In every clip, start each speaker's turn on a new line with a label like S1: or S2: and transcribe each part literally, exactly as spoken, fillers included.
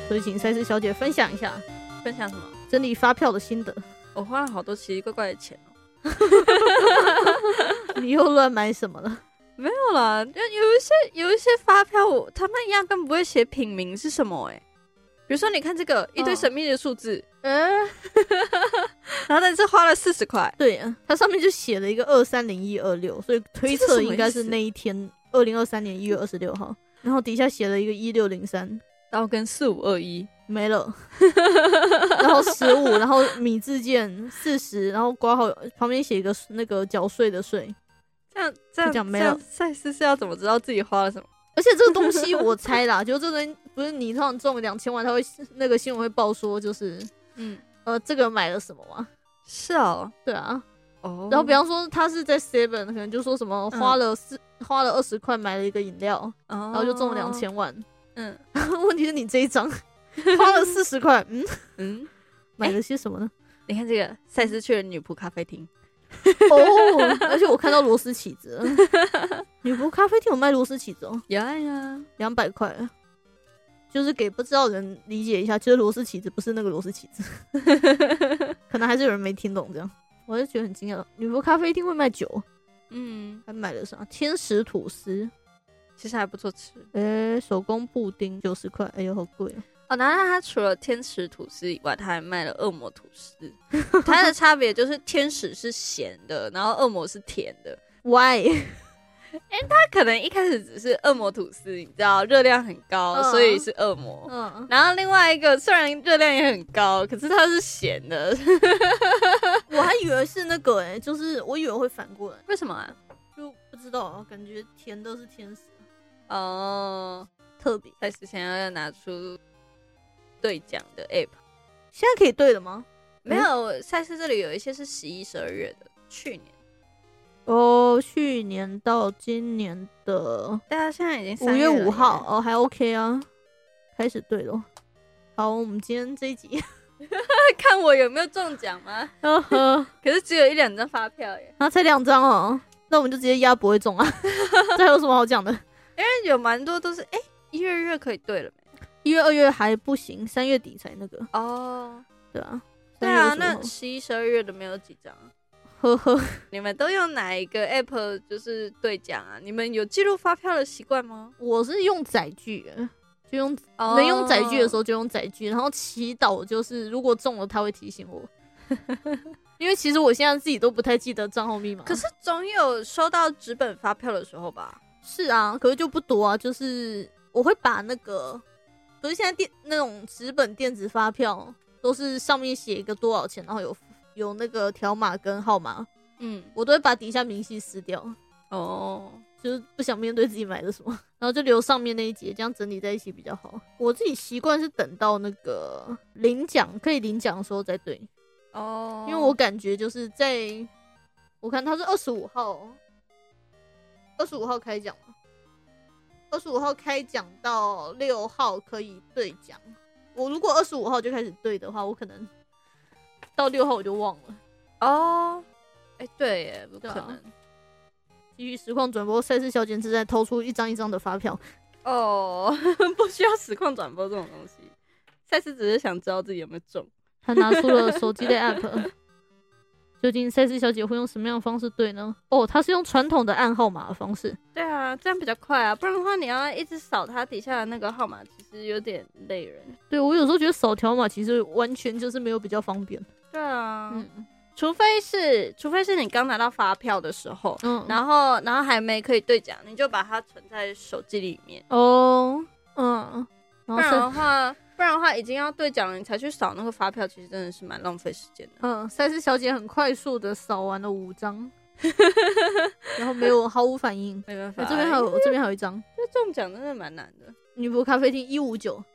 S1: 所以请赛斯小姐分享一下，
S2: 分享什么？
S1: 整理发票的心得。
S2: 我花了好多奇奇怪怪的钱哦。
S1: 你又乱买什么了？
S2: 没有啦，有一些有一些发票我，他们压根不会写品名是什么哎、欸。比如说，你看这个一堆神秘的数字，嗯、呃，然后但是花了四十块。
S1: 对啊，它上面就写了一个二三零一二六，所以推测应该是那一天二零二三年一月二十六号。然后底下写了一个一六零三，
S2: 然后跟四五二一
S1: 没了，然后十五，然后米字键四十，然后括号旁边写一个那个缴税的税，
S2: 这样这样
S1: 就讲没了。
S2: 赛斯是要怎么知道自己花了什么？
S1: 而且这个东西我猜啦，就这个东西不是你通常中两千万，他会那个新闻会报说就是嗯呃这个买了什么吗？
S2: 是哦，
S1: 对啊。
S2: 哦，
S1: 然后比方说他是在 Seven 可能就说什么花了四、嗯、花了二十块买了一个饮料、哦，然后就中了两千万。嗯，问题是你这一张花了四十块，嗯嗯，买了些什么呢？
S2: 欸、你看这个赛斯去了女仆咖啡厅。
S1: 哦，而且我看到螺丝起子了。女仆咖啡厅有卖螺丝起子哦，
S2: 有啊有啊，
S1: 两百块，就是给不知道的人理解一下，就是螺丝起子不是那个螺丝起子，可能还是有人没听懂这样。我就觉得很惊讶，女仆咖啡厅会卖酒，嗯，还买了啥？天使吐司，
S2: 其实还不错吃。
S1: 诶、欸，手工布丁九十块，哎呦，好贵哦。
S2: 哦，然后它除了天使吐司以外，它还卖了恶魔吐司。它的差别就是天使是咸的，然后恶魔是甜的。
S1: Why？
S2: 因为它可能一开始只是恶魔吐司，你知道热量很高，嗯、所以是恶魔。嗯，然后另外一个虽然热量也很高，可是它是咸的。
S1: 我还以为是那个哎、欸，就是我以为会反过来。
S2: 为什么啊？
S1: 就不知道啊，感觉甜的是天使。
S2: 哦，
S1: 特别。
S2: 赛斯想要拿出兑奖的 app，
S1: 现在可以兑了吗？
S2: 没有，赛斯这里有一些是十一、十二月的，去年。
S1: 哦，去年到今年的，
S2: 对啊，现在已经
S1: 五月五号哦，还 OK 啊，开始兑了。好，我们今天这一集
S2: 看我有没有中奖吗？可是只有一两张发票耶，
S1: 啊，才两张哦，那我们就直接压不会中啊。这还有什么好讲的？
S2: 因为有蛮多都是哎，一月、二月可以兑了没？
S1: 一月、二月还不行，三月底才那个
S2: 哦。
S1: 对啊，
S2: 对啊，那十一、十二月的没有几张。
S1: 呵呵，
S2: 你们都用哪一个 app 就是兑奖啊？你们有记录发票的习惯吗？
S1: 我是用载具，就用、oh. 能用载具的时候就用载具，然后祈祷就是如果中了他会提醒我。因为其实我现在自己都不太记得账号密码。
S2: 可是总有收到纸本发票的时候吧？
S1: 是啊，可是就不多啊，就是我会把那个，可是现在电那种纸本电子发票都是上面写一个多少钱，然后有。有那个条码跟号码，嗯，我都会把底下明细撕掉，哦，就是不想面对自己买的什么，然后就留上面那一节，这样整理在一起比较好。我自己习惯是等到那个领奖可以领奖的时候再对，哦，因为我感觉就是在，我看他是二十五号，二十五号开奖嘛，二十五号开奖到六号可以兑奖。我如果二十五号就开始兑的话，我可能。到六号我就忘了
S2: 哦，哎、欸，对耶，不可能。
S1: 基于实况转播，赛事小姐正在偷出一张一张的发票
S2: 哦，不需要实况转播这种东西。赛事只是想知道自己有没有中。
S1: 他拿出了手机的 app， 究竟赛事小姐会用什么样的方式对呢？哦，她是用传统的按号码的方式。
S2: 对啊，这样比较快啊，不然的话你要一直扫它底下的那个号码，其实有点累人。
S1: 对，我有时候觉得扫条码其实完全就是没有比较方便。
S2: 对啊，嗯，除非是除非是你刚拿到发票的时候，嗯，然后然后还没可以兑奖，你就把它存在手机里面哦，嗯，不然的话，不然的话已经要兑奖了，你才去扫那个发票，其实真的是蛮浪费时间的。
S1: 嗯，赛事小姐很快速的扫完了五张，然后没有毫无反应，
S2: 没办法，
S1: 欸、这边还有这边还有一张，
S2: 这中奖真的蛮难的。
S1: 女仆咖啡厅一五九。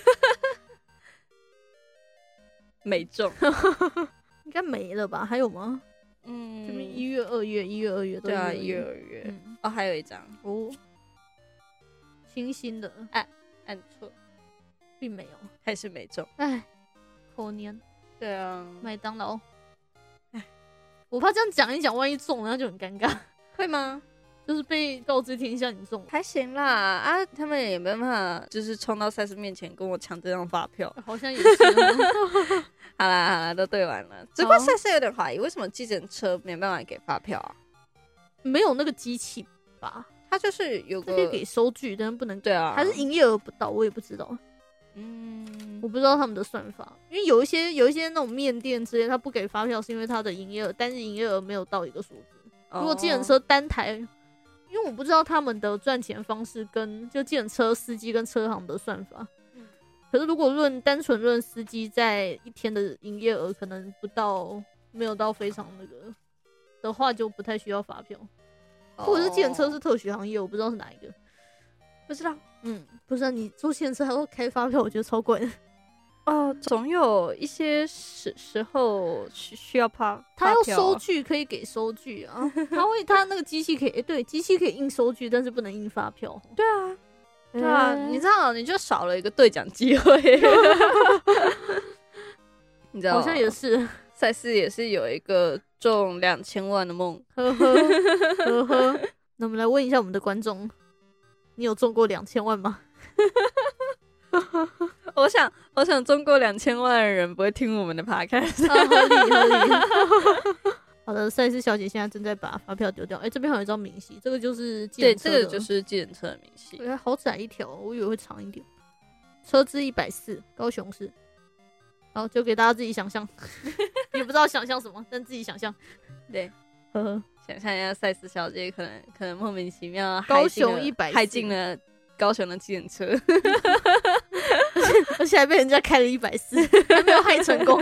S2: 没中，
S1: 应该没了吧？还有吗？嗯，这边一月、二月、一月、二月都有。
S2: 对啊，一月、二月、嗯。哦，还有一张
S1: 哦，星星的，
S2: 按按错，
S1: 并没有，
S2: 还是没中。
S1: 哎，可怜。
S2: 对啊，
S1: 麦当劳。哎，我怕这样讲一讲，万一中了，那就很尴尬。
S2: 会吗？
S1: 就是被告知天下你中，
S2: 还行啦啊，他们也没办法，就是冲到赛斯面前跟我抢这张发票，
S1: 好像也是。
S2: 好啦好啦，都对完了。只不过赛斯有点怀疑，为什么计程车没办法给发票啊？
S1: 没有那个机器吧？
S2: 它就是有个
S1: 可以给收据，但是不能。
S2: 对啊，
S1: 还是营业额不到，我也不知道。嗯，我不知道他们的算法，因为有一些有一些那种面店之类，他不给发票是因为他的营业额，但是营业额没有到一个数字。如果计程车单台，因为我不知道他们的赚钱方式跟就计程车司机跟车行的算法。嗯，可是如果论单纯论司机在一天的营业额，可能不到没有到非常那个的话，就不太需要发票。或者是计程车是特许行业，我不知道是哪一个，
S2: 不知道。
S1: 嗯，不是、啊、你坐计程车还会开发票，我觉得超怪的。
S2: 哦，总有一些时时候需需要发，
S1: 他要收据可以给收据啊，他会他那个机器可以，欸、对，机器可以印收据，但是不能印发票。
S2: 对啊，对啊，欸、你知道你就少了一个兑奖机会。你知道，
S1: 好像也是，
S2: 赛斯也是有一个中两千万的梦。
S1: 呵呵呵呵，那我们来问一下我们的观众，你有中过两千万吗？
S2: 我想，我想中过两千万的人不会听我们的 podcast。
S1: 啊，合理合理。好的，赛斯小姐现在正在把发票丢掉。哎、欸，这边还有一张明细，这个就是计程车的。
S2: 对，这个就是计程车的明细。
S1: 对，好窄一条，我以为会长一点。车资一百四，高雄市。好，就给大家自己想象，也不知道想象什么，但自己想象。
S2: 对，
S1: 呵呵，
S2: 想象一下赛斯小姐可能可能莫名其妙
S1: 高雄一百
S2: 害进了高雄的计程车。
S1: 而且还被人家开了一百四，还没有害成功，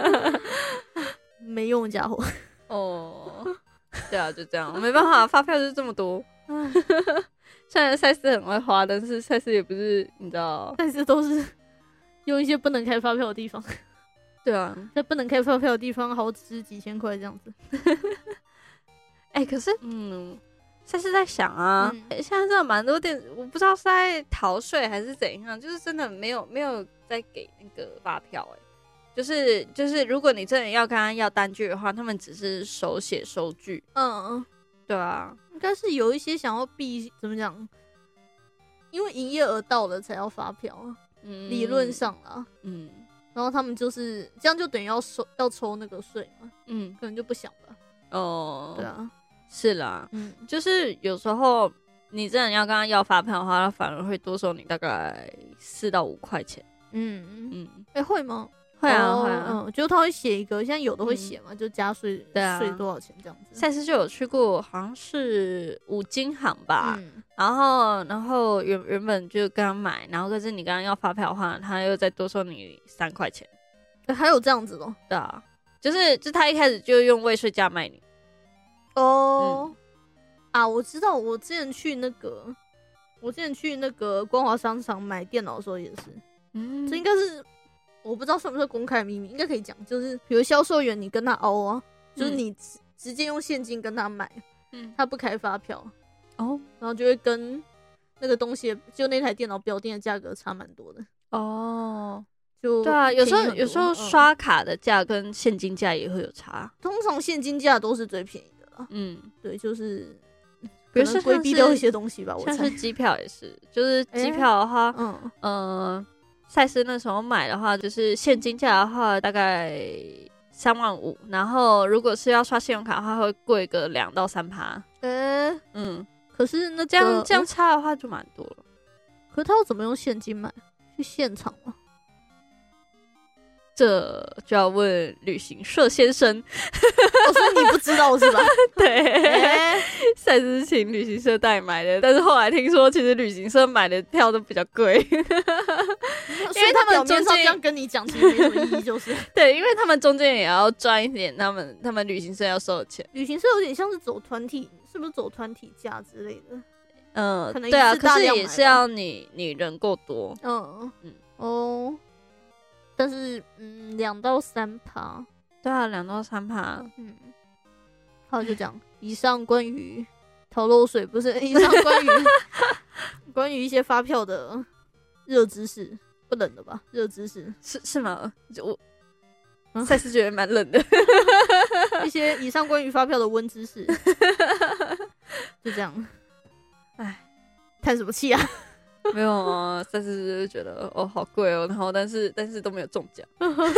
S1: 没用的家伙。
S2: 哦，对啊，就这样，没办法，发票就是这么多。虽然赛斯很会花，但是赛斯也不是你知道，
S1: 但是都是用一些不能开发票的地方。
S2: 对啊，
S1: 在不能开发票的地方，好值几千块这样子。
S2: 哎、欸，可是嗯。赛斯在想啊，嗯、现在真的蛮多店，我不知道是在逃税还是怎样，就是真的没有没有在给那个发票、欸，哎，就是就是，如果你真的要跟他要单据的话，他们只是手写收据。嗯，对啊，
S1: 应该是有一些想要避，怎么讲？因为营业额到了才要发票啊，嗯、理论上啦，嗯，然后他们就是这样，就等于要收要抽那个税嘛，嗯，可能就不想吧。哦，对啊。
S2: 是啦，嗯，就是有时候你真的要跟他要发票的话，他反而会多收你大概四到五块钱。嗯
S1: 嗯，哎、欸，会吗？
S2: 会啊、哦、会啊，
S1: 嗯，就他会写一个，现在有的会写嘛，嗯、就加税，对啊，税多少钱这样子。
S2: 赛斯就有去过，好像是五金行吧，嗯、然后然后原原本就跟他买，然后可是你刚刚要发票的话，他又再多收你三块钱。
S1: 欸、还有这样子的？
S2: 对啊，就是就他一开始就用未税价卖你。
S1: 哦、嗯、啊，我知道，我之前去那个，我之前去那个光华商场买电脑的时候也是，嗯，这应该是我不知道算不算公开秘密，应该可以讲，就是比如销售员你跟他凹啊，就是你直直接用现金跟他买，嗯，他不开发票，哦，然后就会跟那个东西就那台电脑标定的价格差蛮多的，哦。就
S2: 对啊，有时候有时候刷卡的价跟现金价也会有差，
S1: 通常现金价都是最便宜的啦。嗯，对，就是比如说规避掉一些东西吧。我
S2: 猜像是机票也是，就是机票的话，欸、嗯呃，赛斯那时候买的话，就是现金价的话大概三万五，然后如果是要刷信用卡的话，会贵个两到三趴。呃，
S1: 嗯，可是那、這個、
S2: 这样这样差的话就蛮多了。
S1: 可是他要怎么用现金买？去现场吗？
S2: 这就要问旅行社先生。
S1: 我说你不知道是吧？
S2: 对，赛斯请旅行社代买的，但是后来听说其实旅行社买的票都比较贵。因为他们中间
S1: 这样跟你讲其实没什么意义，就是
S2: 对，因为他们中间也要赚一点他们他们旅行社要收的钱。
S1: 旅行社有点像是走团体，是不是走团体价之类的？
S2: 嗯，可能对啊，可是也是要你你人够多。嗯
S1: 嗯哦。但是，嗯，两到三趴，
S2: 对啊，两到三趴，嗯，
S1: 好，就讲以上关于逃漏税，不是以上关于关于一些发票的热知识，不冷的吧？热知识
S2: 是是吗？我赛斯觉得蛮冷的，
S1: 一些以上关于发票的温知识，就这样。
S2: 唉，
S1: 叹什么气啊？
S2: 没有啊，但是觉得哦好贵哦，然后但是但是都没有中奖，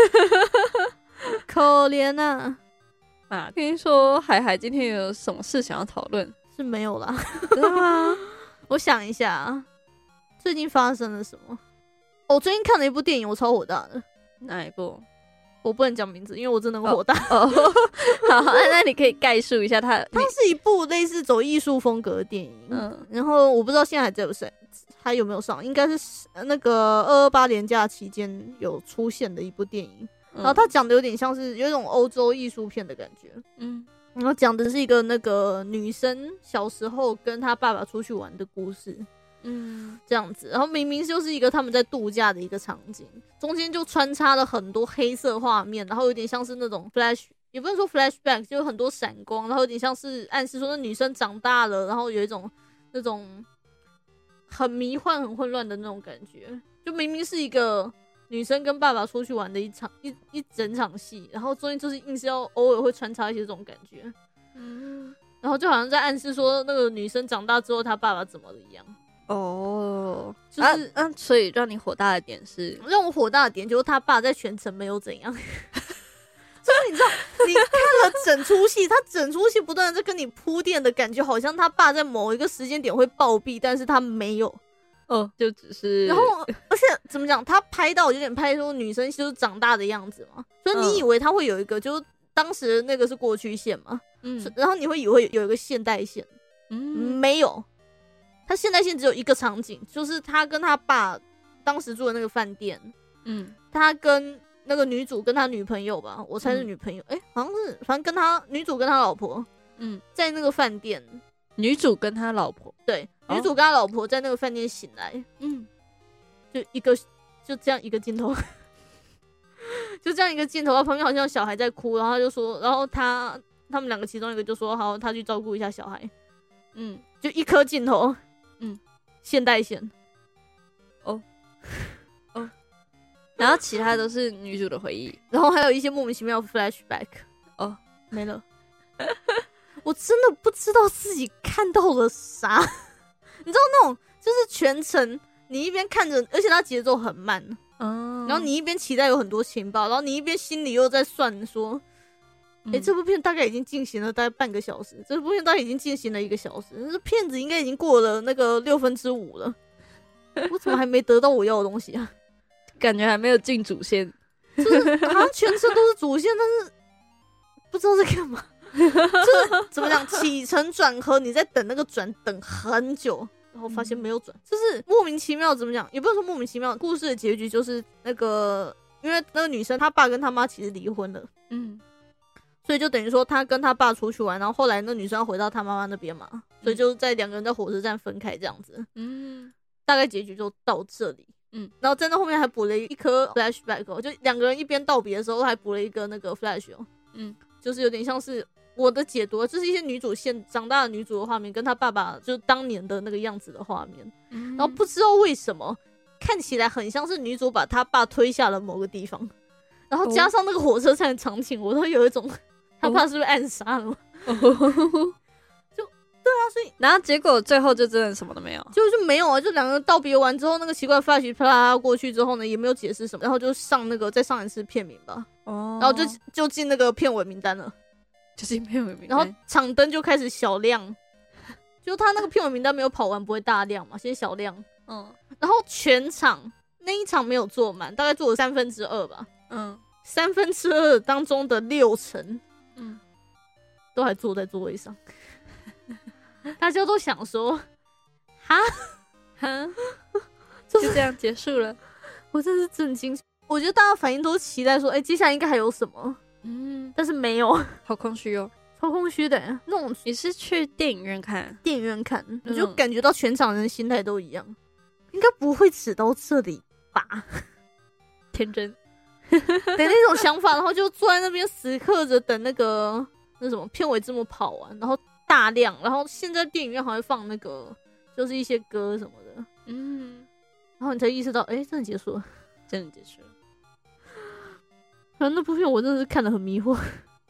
S1: 可怜啊！
S2: 啊，听说海海今天有什么事想要讨论？
S1: 是没有啦，
S2: 真的吗？
S1: 我想一下，最近发生了什么？我最近看了一部电影，我超火大的。
S2: 哪一部？
S1: 我不能讲名字，因为我真的很火大。
S2: 哦，好，那你可以概述一下它。
S1: 它是一部类似走艺术风格的电影，嗯，然后我不知道现在还在不在，还有没有上？应该是那个二二八连假期间有出现的一部电影。嗯、然后它讲的有点像是有一种欧洲艺术片的感觉，嗯，然后讲的是一个那个女生小时候跟她爸爸出去玩的故事。嗯，这样子，然后明明就是一个他们在度假的一个场景，中间就穿插了很多黑色画面，然后有点像是那种 flash， 也不能说 flashback， 就有很多闪光，然后有点像是暗示说那女生长大了，然后有一种那种很迷幻、很混乱的那种感觉。就明明是一个女生跟爸爸出去玩的一场一一整场戏，然后中间就是硬是要偶尔会穿插一些这种感觉，嗯，然后就好像在暗示说那个女生长大之后她爸爸怎么了一样。哦，就是
S2: 嗯、啊啊，所以让你火大的点是，
S1: 让我火大的点就是他爸在全程没有怎样，就是你知道，你看了整出戏，他整出戏不断的在跟你铺垫的感觉，好像他爸在某一个时间点会暴毙，但是他没有，
S2: 哦，就只是，
S1: 然后而且怎么讲，他拍到有点拍出女生就是长大的样子嘛，所以你以为他会有一个，就是当时那个是过去线嘛，嗯，然后你会以为有一个现代线，嗯，没有。他现代线只有一个场景，就是他跟他爸当时住的那个饭店，嗯，他跟那个女主跟他女朋友吧，我猜是女朋友，哎、嗯欸，好像是，反正跟他女主跟他老婆，嗯，在那个饭店，
S2: 女主跟他老婆，
S1: 对，女主跟他老婆在那个饭店醒来，嗯，就一个就这样一个镜头，就这样一个镜头，他旁边好像有小孩在哭，然后他就说，然后他他们两个其中一个就说好，他去照顾一下小孩，嗯，就一颗镜头。嗯，现代线，
S2: 哦，哦，然后其他都是女主的回忆，
S1: 然后还有一些莫名其妙的 flashback， 哦，没了。我真的不知道自己看到了啥，你知道那种就是全程你一边看着，而且它节奏很慢，嗯，然后你一边期待有很多情报，然后你一边心里又在算说。哎、欸，这部片大概已经进行了大概半个小时，这部片大概已经进行了一个小时，这片子应该已经过了那个六分之五了，我怎么还没得到我要的东西啊？
S2: 感觉还没有进主线，
S1: 就是好像全程都是主线，但是不知道在干嘛，就是怎么讲起承转合，你在等那个转等很久，然后发现没有转，就是莫名其妙，怎么讲也不能说莫名其妙，故事的结局就是那个，因为那个女生她爸跟她妈其实离婚了，嗯。所以就等于说他跟他爸出去玩，然后后来那女生要回到他妈妈那边嘛，所以就在两个人在火车站分开这样子。嗯，大概结局就到这里。嗯，然后在那后面还补了一颗 flashback， 就两个人一边道别的时候还补了一个那个 flash。嗯，就是有点像是我的解读，就是一些女主现长大的女主的画面，跟她爸爸就当年的那个样子的画面。嗯，然后不知道为什么看起来很像是女主把她爸推下了某个地方，然后加上那个火车站的场景，我都有一种。他爸是不是暗杀了吗？哦、就对啊，所以
S2: 然后结果最后就真的什么都没有，
S1: 就就没有啊，就两个人道别完之后，那个奇怪的 flash 啪啦过去之后呢，也没有解释什么，然后就上那个再上一次片名吧，哦，然后就就进那个片尾名单了，
S2: 就进片尾名
S1: 单，然后场灯就开始小亮，就他那个片尾名单没有跑完不会大亮嘛，先小亮，嗯，然后全场那一场没有坐满，大概坐了三分之二吧，嗯，三分之二当中的六成。嗯，都还坐在座位上，大家都想说，哈
S2: 哈，就这样结束了。
S1: 我真是震惊，我觉得大家反应都期待说，哎、欸，接下来应该还有什么？嗯，但是没有，
S2: 好空虚哦，
S1: 超空虚的。那种
S2: 你是去电影院看？
S1: 电影院看，你就感觉到全场人心态都一样，应该不会只到这里吧？
S2: 天真。
S1: 的那种想法，然后就坐在那边死磕着等那个那什么片尾字幕跑完，然后大亮，然后现在电影院还会放那个就是一些歌什么的，嗯，然后你才意识到，哎、欸，真的结束了，
S2: 真的结束了。
S1: 反正那部片我真的是看得很迷惑，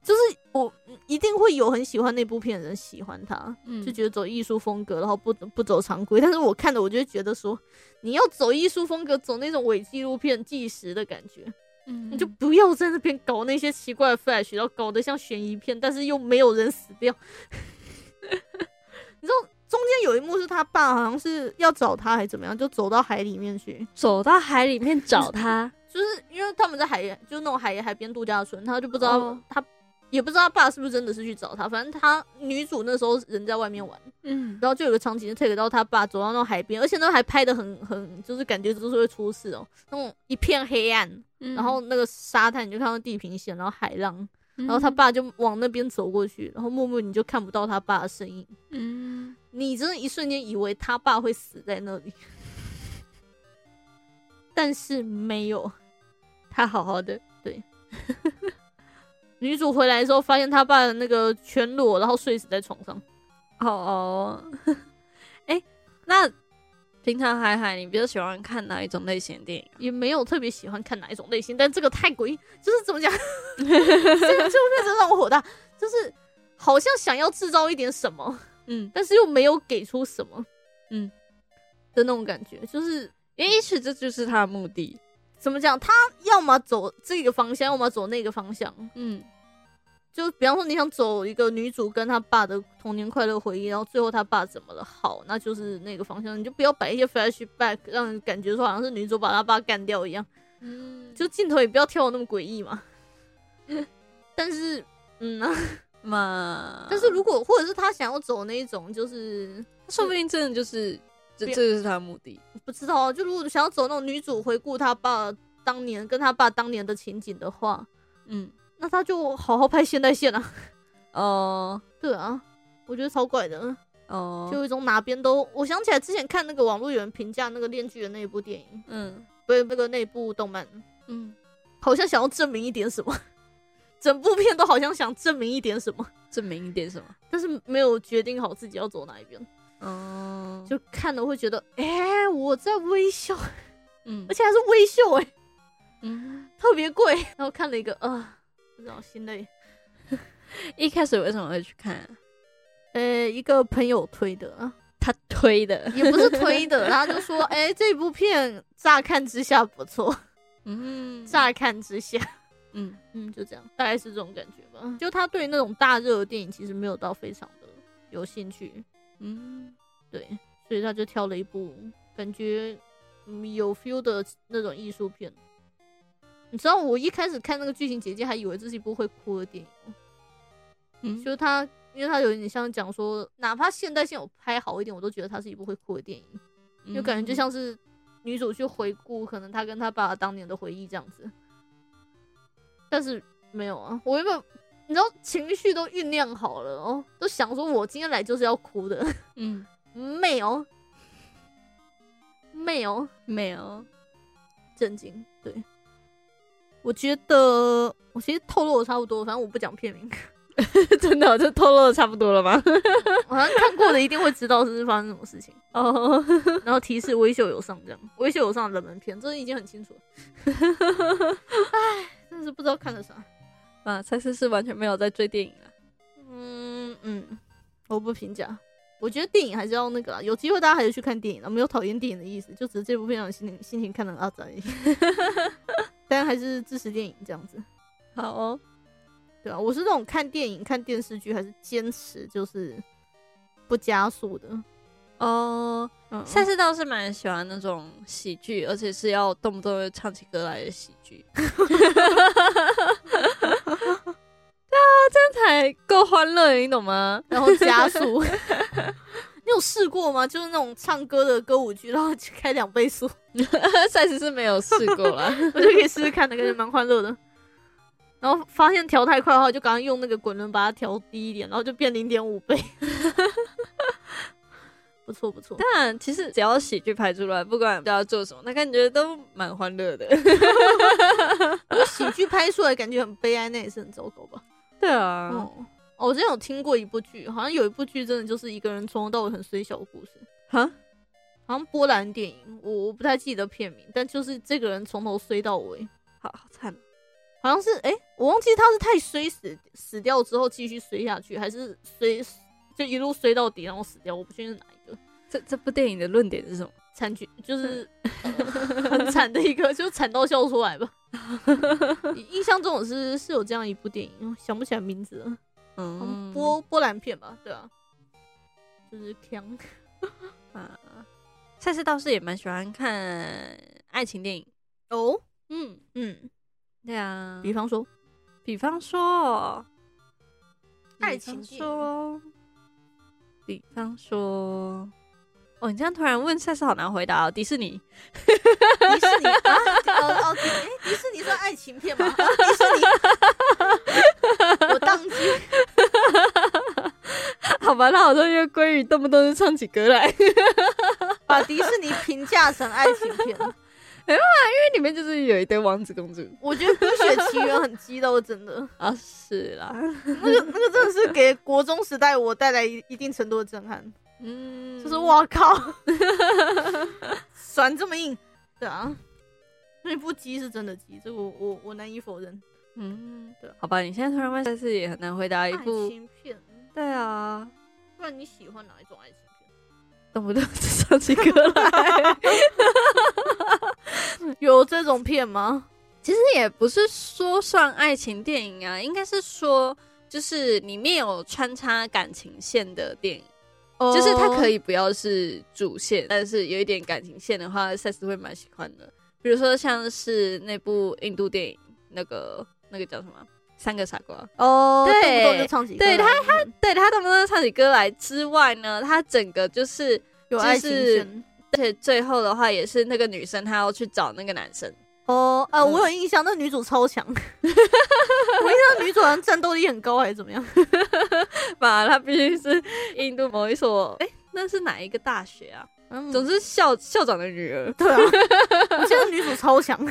S1: 就是我一定会有很喜欢那部片的人喜欢他，
S2: 嗯，
S1: 就觉得走艺术风格，然后不不走常规。但是我看的，我就会觉得说，你要走艺术风格，走那种伪纪录片纪实的感觉，嗯，你就不要在那边搞那些奇怪的 flash， 然后搞得像悬疑片，但是又没有人死掉。你知道中间有一幕是他爸好像是要找他还是怎么样，就走到海里面去，
S2: 走到海里面找他，
S1: 就是因为他们在海，就那种海海边度假村，他就不知道、哦、他。也不知道他爸是不是真的是去找他，反正他女主那时候人在外面玩，嗯，然后就有个场景就 take 到他爸走到那种海边，而且那还拍的很很，就是感觉就是会出事哦，那种一片黑暗，嗯、然后那个沙滩你就看到地平线，然后海浪，嗯、然后他爸就往那边走过去，然后默默你就看不到他爸的身影，嗯，你真的一瞬间以为他爸会死在那里，但是没有，他好好的，对。女主回来的时候，发现他爸的那个全裸，然后睡死在床上。
S2: 哦哦，哎、欸，那平常海海，你比较喜欢看哪一种类型的电影？
S1: 也没有特别喜欢看哪一种类型，但这个太诡异，就是怎么讲，这个这部片真让我火大，就是好像想要制造一点什么，嗯，但是又没有给出什么，嗯的那种感觉，就是
S2: 也许这就是他的目的。
S1: 怎么讲？他要么走这个方向，要么走那个方向，嗯。就比方说你想走一个女主跟她爸的童年快乐回忆，然后最后她爸怎么了，好，那就是那个方向，你就不要摆一些 flashback 让人感觉说好像是女主把她爸干掉一样，嗯，就镜头也不要跳得那么诡异嘛。但是嗯啊嘛，但是如果或者是他想要走那一种，就是
S2: 说不定真的就是这这就是他的目的，
S1: 不知道。就如果想要走那种女主回顾她爸当年跟她爸当年的情景的话，嗯。那他就好好拍现代线啊！哦，对啊，我觉得超怪的哦，就有一种哪边都……我想起来之前看那个网络有人评价那个《链锯人》那一部电影，嗯，不是那个那部动漫，嗯，好像想要证明一点什么，整部片都好像想证明一点什么，
S2: 证明一点什么，
S1: 但是没有决定好自己要走哪一边，哦，就看了会觉得，哎、欸，我在微笑，嗯，而且还是微笑、欸，哎，嗯，特别贵，然后看了一个啊。呃不知道心累。
S2: 一开始为什么会去看、啊？
S1: 呃，一个朋友推的，
S2: 他推的
S1: 也不是推的，他就说：“哎、欸，这部片乍看之下不错，嗯，乍看之下，嗯嗯，就这样，大概是这种感觉吧。就他对那种大热的电影其实没有到非常的有兴趣，嗯，对，所以他就挑了一部感觉、嗯、有 feel 的那种艺术片。”你知道我一开始看那个剧情简介还以为这是一部会哭的电影，嗯，就是他，因为他有点像讲说，哪怕现代线有拍好一点，我都觉得它是一部会哭的电影，嗯、就感觉就像是女主去回顾可能他跟他爸当年的回忆这样子，但是没有啊，我原本你知道情绪都酝酿好了哦，都想说我今天来就是要哭的，嗯，没有，没有，
S2: 没有，
S1: 震惊，对。我觉得我其实透露的差不多，反正我不讲片名。
S2: 真的、哦，这透露的差不多了吗？
S1: 好像看过的一定会知道是发生什么事情哦。然后提示微秀有上这样，微秀有上冷门片，这已经很清楚了。唉，真的是不知道看了啥。
S2: 啊，蔡思是完全没有在追电影了。
S1: 嗯嗯，我不评价。我觉得电影还是要那个啦，有机会大家还是去看电影啦，没有讨厌电影的意思，就只是这部片让心情心情看得很阿杂而已。但还是支持电影这样子。
S2: 好哦，
S1: 对啊，我是那种看电影看电视剧还是坚持就是不加速的
S2: 哦。赛斯倒是蛮喜欢那种喜剧，而且是要动不动就唱起歌来的喜剧。对啊，这样才够欢乐，你懂吗？
S1: 然后加速。你有试过吗？就是那种唱歌的歌舞剧，然后开两倍速。
S2: 赛斯是没有试过啦，
S1: 我就可以试试看的，感觉蛮欢乐的。然后发现调太快的话，就赶快用那个滚轮把它调低一点，然后就变零点五倍。不错不错。
S2: 当然，其实只要喜剧拍出来，不管要做什么，那感觉都蛮欢乐的。
S1: 如果喜剧拍出来感觉很悲哀，那也是很糟糕吧？
S2: 对啊。
S1: 哦哦，我之前有听过一部剧，好像有一部剧真的就是一个人从头到尾很衰小的故事。哈，好像波兰电影，我我不太记得片名，但就是这个人从头衰到尾，
S2: 好好惨，
S1: 好像是哎、欸，我忘记他是太衰死死掉之后继续衰下去，还是衰就一路衰到底然后死掉，我不确定是哪一个。
S2: 这这部电影的论点是什么？
S1: 惨剧就是、呃、很惨的一个，就惨到笑出来吧。印象中我是是有这样一部电影，想不起来名字了。嗯，波波兰片吧，对啊，就是强
S2: 啊。赛斯倒是也蛮喜欢看爱情电影
S1: 哦。嗯嗯，
S2: 对啊，
S1: 比方说，
S2: 比方说
S1: 爱情电影，
S2: 比方说。哦，你这样突然问赛斯好难回答哦。迪士尼，
S1: 迪士尼啊，哦哦，哎、欸，迪士尼算爱情片吗？啊、迪士尼，我宕机。
S2: 好吧，那好像因为鲑鱼动不动就唱起歌来，
S1: 把迪士尼评价成爱情片。
S2: 没有啊，因为里面就是有一堆王子公主。
S1: 我觉得《冰雪奇缘》很激动，真的
S2: 啊，是啦，
S1: 那个那个真的是给国中时代我带来一一定程度的震撼。嗯，就是哇靠，酸这么硬，对啊，那部鸡是真的鸡，这个我我我难以否认。嗯，对，
S2: 好吧，你现在突然问，但是也很难回答一部
S1: 爱情片。
S2: 对啊，
S1: 不然你喜欢哪一种爱情片？
S2: 动不动就唱起歌来，
S1: 有这种片吗？
S2: 其实也不是说算爱情电影啊，应该是说就是里面有穿插感情线的电影。就是它可以不要是主线，但是有一点感情线的话，赛斯会蛮喜欢的。比如说像是那部印度电影，那个那个叫什么《三个傻瓜》
S1: 哦，
S2: 对，
S1: 动不动就唱起歌来，
S2: 对他他对他动不动就唱起歌来之外呢，他整个就是
S1: 有爱情线，
S2: 而且最后的话也是那个女生她要去找那个男生。
S1: 哦，呃，嗯、我有印象，那女主超强。我印象女主好像战斗力很高，还是怎么样？
S2: 吧，她必须是印度某一所，哎、欸，那是哪一个大学啊？嗯、总之校校长的女儿。
S1: 对啊，我记得女主超强。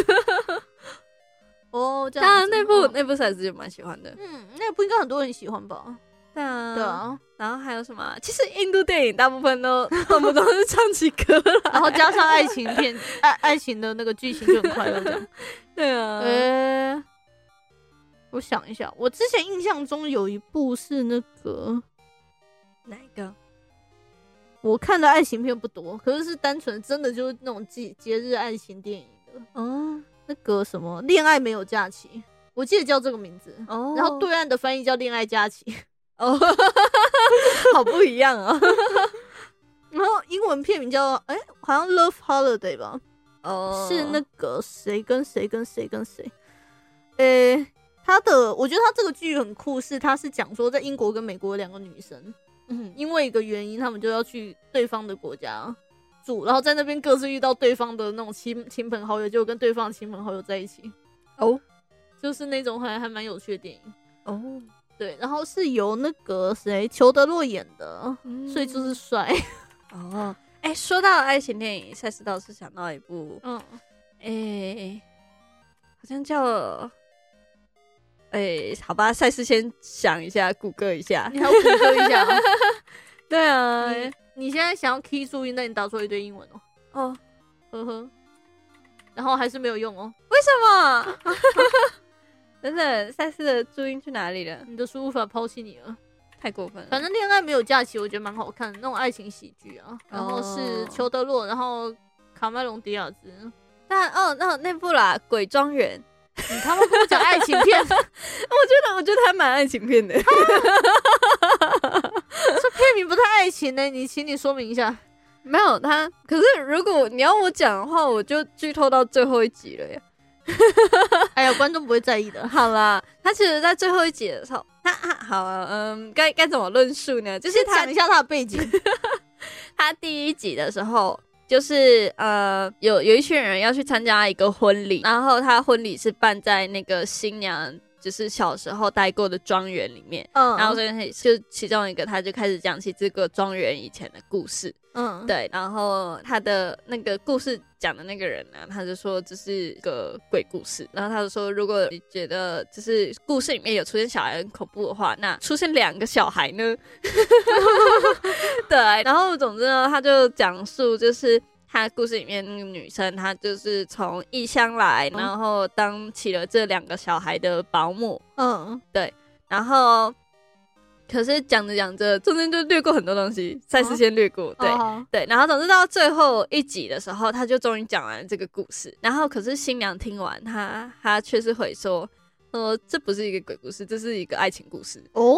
S1: 哦，这样。
S2: 当然，那部、哦、那部赛斯就蛮喜欢的。
S1: 嗯，那部应该很多人喜欢吧？
S2: 对啊，
S1: 对啊。
S2: 然后还有什么？其实印度电影大部分都动不动是唱起歌来，
S1: 然后加上爱情片，爱爱情的那个剧情就很快乐这样。
S2: 对啊。
S1: 呃、欸，我想一下，我之前印象中有一部是那个
S2: 哪一个？
S1: 我看的爱情片不多，可是是单纯真的就是那种节节日爱情电影的。哦，那个什么《恋爱没有假期》，我记得叫这个名字。哦，然后对岸的翻译叫《恋爱假期》。
S2: 哦，好不一样啊！
S1: 然后英文片名叫哎、欸，好像 Love Holiday 吧？哦，是那个谁跟谁跟谁跟谁？呃、欸，他的我觉得他这个剧很酷，是他是讲说在英国跟美国两个女生，嗯，因为一个原因，他们就要去对方的国家住，然后在那边各自遇到对方的那种亲亲朋好友，就跟对方的亲朋好友在一起。哦，就是那种还还蛮有趣的电影。哦。对，然后是由那个谁裘德洛演的，嗯、所以就是帅。
S2: 哦，哎、欸，说到爱情电影，赛斯倒是想到一部，嗯，哎、欸，好像叫，哎、欸，好吧，赛斯先想一下，谷歌一下，
S1: 你还要谷歌一下、啊？
S2: 对啊
S1: 你，你现在想要 key 注音，那你打出一堆英文哦。哦，呵呵，然后还是没有用哦，
S2: 为什么？等等，赛斯的注音去哪里了？
S1: 你的输入法抛弃你了，
S2: 太过分了。
S1: 反正恋爱没有假期，我觉得蛮好看的，那种爱情喜剧啊。然后是裘德洛，然后卡麦隆迪亚兹。
S2: 但哦，那那部啦，《鬼庄园》。
S1: 你他妈跟我讲爱情片，我觉
S2: 得我觉得还蛮爱情片的。这
S1: 片名不太爱情呢、欸，你请你说明一下。
S2: 没有他，可是如果你要我讲的话，我就剧透到最后一集了呀。
S1: 哎呀，观众不会在意的。
S2: 好啦，他其实在最后一集的时候，他他好啊，嗯，该该怎么论述呢？就是他
S1: 讲一下他的背景。
S2: 他第一集的时候，就是呃，有有一群人要去参加一个婚礼，然后他婚礼是办在那个新娘就是小时候待过的庄园里面，嗯，然后所以就其中一个他就开始讲起这个庄园以前的故事。嗯，对，然后他的那个故事讲的那个人呢，他就说这是个鬼故事，然后他就说，如果你觉得就是故事里面有出现小孩很恐怖的话，那出现两个小孩呢？对，然后总之呢，他就讲述就是他故事里面那个女生，她就是从异乡来，嗯、然后当起了这两个小孩的保姆。嗯，对。然后，可是讲着讲着，中间就略过很多东西，赛斯先略过。哦、对、哦、对。然后总之到最后一集的时候，他就终于讲完了这个故事。然后，可是新娘听完，她她却是会说。呃，这不是一个鬼故事，这是一个爱情故事哦。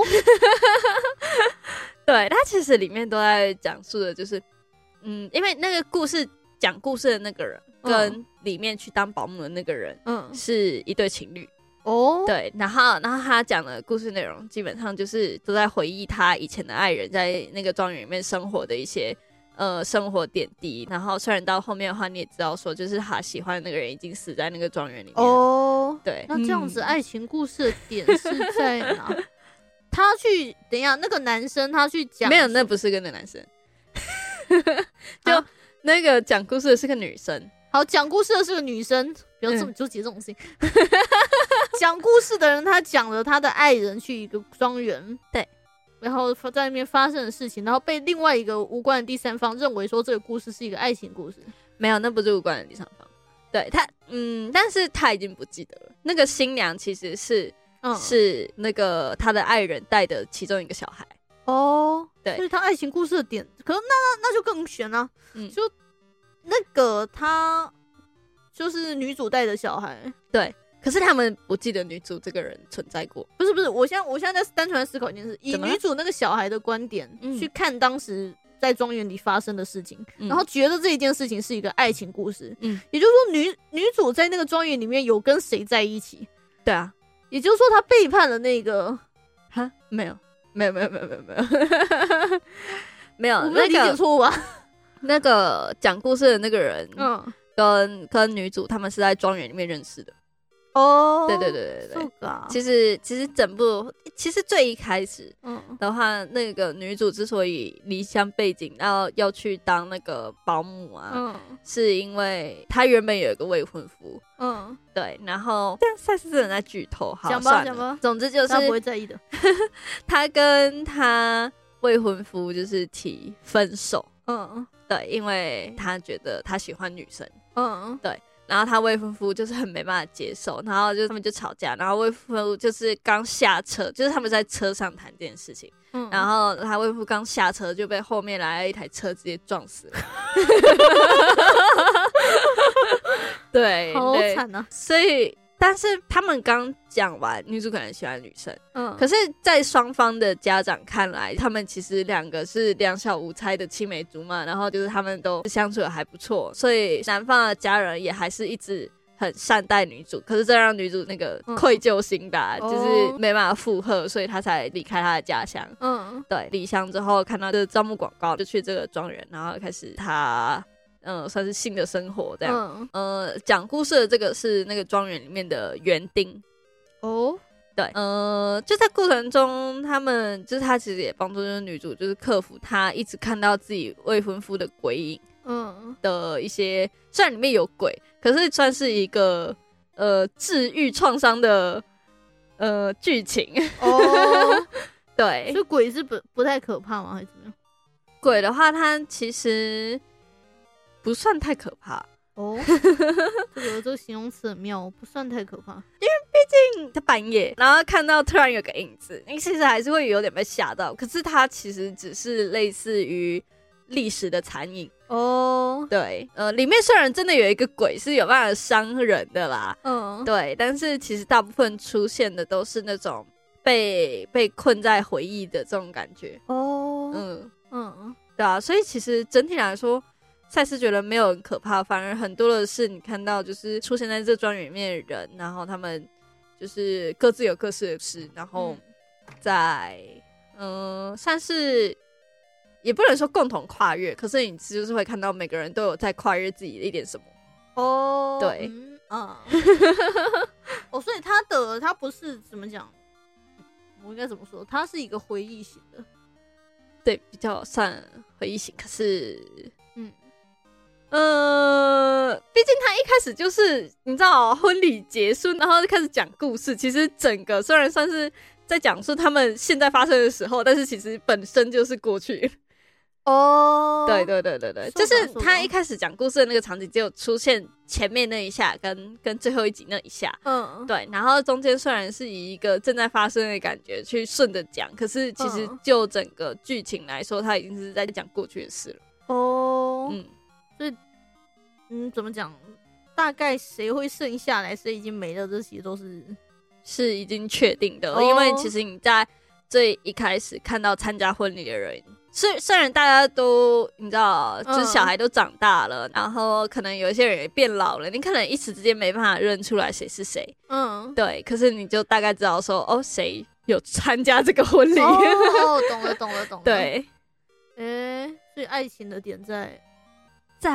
S2: 对，它其实里面都在讲述的就是，嗯，因为那个故事讲故事的那个人跟里面去当保姆的那个人，嗯，是一对情侣哦。对，然后然后他讲的故事内容基本上就是都在回忆他以前的爱人在那个庄园里面生活的一些。呃，生活点滴，然后虽然到后面的话，你也知道说，就是他喜欢的那个人已经死在那个庄园里面哦。对，
S1: 那这样子爱情故事的点是在哪？他去等一下，那个男生他去讲，
S2: 没有，那不是跟那个男生，就、啊、那个讲故事的是个女生。
S1: 好，讲故事的是个女生，不要这么纠结这种事情。讲故事的人他讲了他的爱人去一个庄园，对。然后在那边发生的事情，然后被另外一个无关的第三方认为说这个故事是一个爱情故事。
S2: 没有，那不是无关的第三方。对他，嗯，但是他已经不记得了。那个新娘其实是、嗯、是那个他的爱人带的其中一个小孩。哦，对，
S1: 所以他爱情故事的点，可是那那就更悬啊。嗯，就那个他就是女主带的小孩，
S2: 对。可是他们不记得女主这个人存在过。
S1: 不是不是，我现在我现在在单纯思考一件事，以女主那个小孩的观点、嗯、去看当时在庄园里发生的事情、嗯，然后觉得这一件事情是一个爱情故事。嗯，也就是说女女主在那个庄园里面有跟谁在一起？
S2: 对啊，
S1: 也就是说她背叛了那个
S2: 哈？没有没有没有没有没有没有没有，
S1: 我没有理解错误吧？
S2: 那个讲故事的那个人，嗯，跟跟女主他们是在庄园里面认识的。哦、oh, ，对对对对对， so、其实其实整部其实最一开始的话，嗯、那个女主之所以离乡背井，然后要去当那个保姆啊，嗯、是因为她原本有一个未婚夫，嗯，对，然后这样赛斯真的在剧透，好，
S1: 讲吧讲吧，
S2: 总之就是
S1: 他不会在意的，
S2: 她跟她未婚夫就是提分手，嗯，对，因为他觉得他喜欢女生，嗯，对。然后他未婚夫就是很没办法接受，然后就他们就吵架，然后未婚夫就是刚下车，就是他们在车上谈这件事情，嗯、然后他未婚夫刚下车就被后面来了一台车直接撞死了，对，
S1: 好惨啊！
S2: 所以，但是他们刚讲完，女主可能喜欢女生，嗯，可是，在双方的家长看来，他们其实两个是两小无猜的青梅竹马，然后就是他们都相处的还不错，所以男方的家人也还是一直很善待女主，可是这让女主那个愧疚心吧，嗯、就是没办法负荷，所以她才离开她的家乡。嗯，对，离乡之后看到这个招募广告，就去这个庄园，然后开始她。嗯，算是新的生活这样。嗯、呃，讲故事的这个是那个庄园里面的园丁。哦，对，呃，就在过程中，他们就是他其实也帮助就是女主，就是克服她一直看到自己未婚夫的鬼影，嗯的一些，虽然里面有鬼，可是算是一个呃治愈创伤的呃剧情。哦，对，
S1: 所以鬼是不不太可怕吗？还是怎么样？
S2: 鬼的话，它其实。不算太可怕哦，
S1: 这个这个形容词很妙，不算太可怕，
S2: 因为毕竟他半夜，然后看到突然有个影子，你其实还是会有点被吓到。可是它其实只是类似于历史的残影哦，对，呃，里面虽然真的有一个鬼是有办法伤人的啦，嗯，对，但是其实大部分出现的都是那种被被困在回忆的这种感觉哦，嗯嗯，对啊，所以其实整体来说。赛斯觉得没有很可怕，反而很多的是你看到就是出现在这庄园里面的人，然后他们就是各自有各自的事，然后在嗯、呃，算是也不能说共同跨越，可是你就是会看到每个人都有在跨越自己的一点什么哦，对，嗯啊，
S1: 哦，所以他的他不是怎么讲，我应该怎么说？他是一个回忆型的，
S2: 对，比较算回忆型，可是嗯。呃，毕竟他一开始就是你知道婚礼结束，然后就开始讲故事。其实整个虽然算是在讲述他们现在发生的时候，但是其实本身就是过去。 哦，对对对对对，就是他一开始讲故事的那个场景，只有出现前面那一下跟跟最后一集那一下，嗯，对，然后中间虽然是以一个正在发生的感觉去顺着讲，可是其实就整个剧情来说，他已经是在讲过去的事了。哦，
S1: 嗯，所以，嗯，怎么讲？大概谁会剩下来，谁已经没了，这些都是
S2: 是已经确定的，哦，因为其实你在最一开始看到参加婚礼的人。虽虽然大家都你知道，就是小孩都长大了，嗯，然后可能有一些人也变老了，你可能一时之间没办法认出来谁是谁，嗯，对。可是你就大概知道说，哦，谁有参加这个婚礼？
S1: 哦，懂了，懂了，懂了。
S2: 对，
S1: 哎，欸，所以爱情的点在
S2: 在，